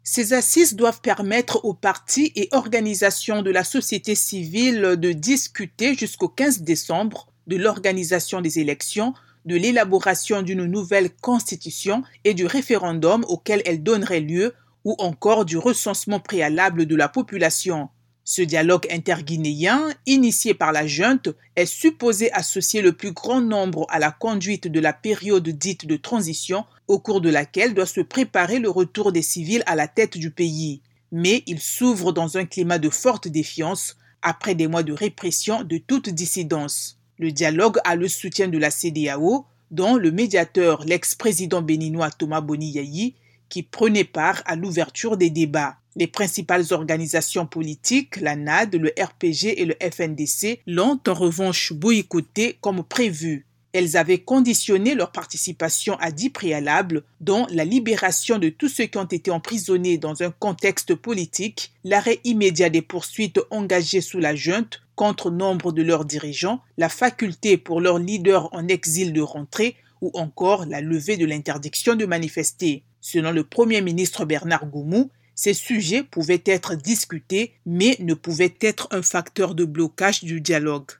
Ces assises doivent permettre aux partis et organisations de la société civile de discuter jusqu'au 15 décembre de l'organisation des élections, de l'élaboration d'une nouvelle constitution et du référendum auquel elle donnerait lieu ou encore du recensement préalable de la population. Ce dialogue interguinéen, initié par la junte, est supposé associer le plus grand nombre à la conduite de la période dite de transition, au cours de laquelle doit se préparer le retour des civils à la tête du pays. Mais il s'ouvre dans un climat de forte défiance, après des mois de répression de toute dissidence. Le dialogue a le soutien de la CEDEAO, dont le médiateur, l'ex-président béninois Thomas Boni Yayi, qui prenait part à l'ouverture des débats. Les principales organisations politiques, la NAD, le RPG et le FNDC, l'ont en revanche boycotté comme prévu. Elles avaient conditionné leur participation à 10 préalables, dont la libération de tous ceux qui ont été emprisonnés dans un contexte politique, l'arrêt immédiat des poursuites engagées sous la junte contre nombre de leurs dirigeants, la faculté pour leurs leaders en exil de rentrer ou encore la levée de l'interdiction de manifester. Selon le Premier ministre Bernard Goumou, ces sujets pouvaient être discutés, mais ne pouvaient être un facteur de blocage du dialogue.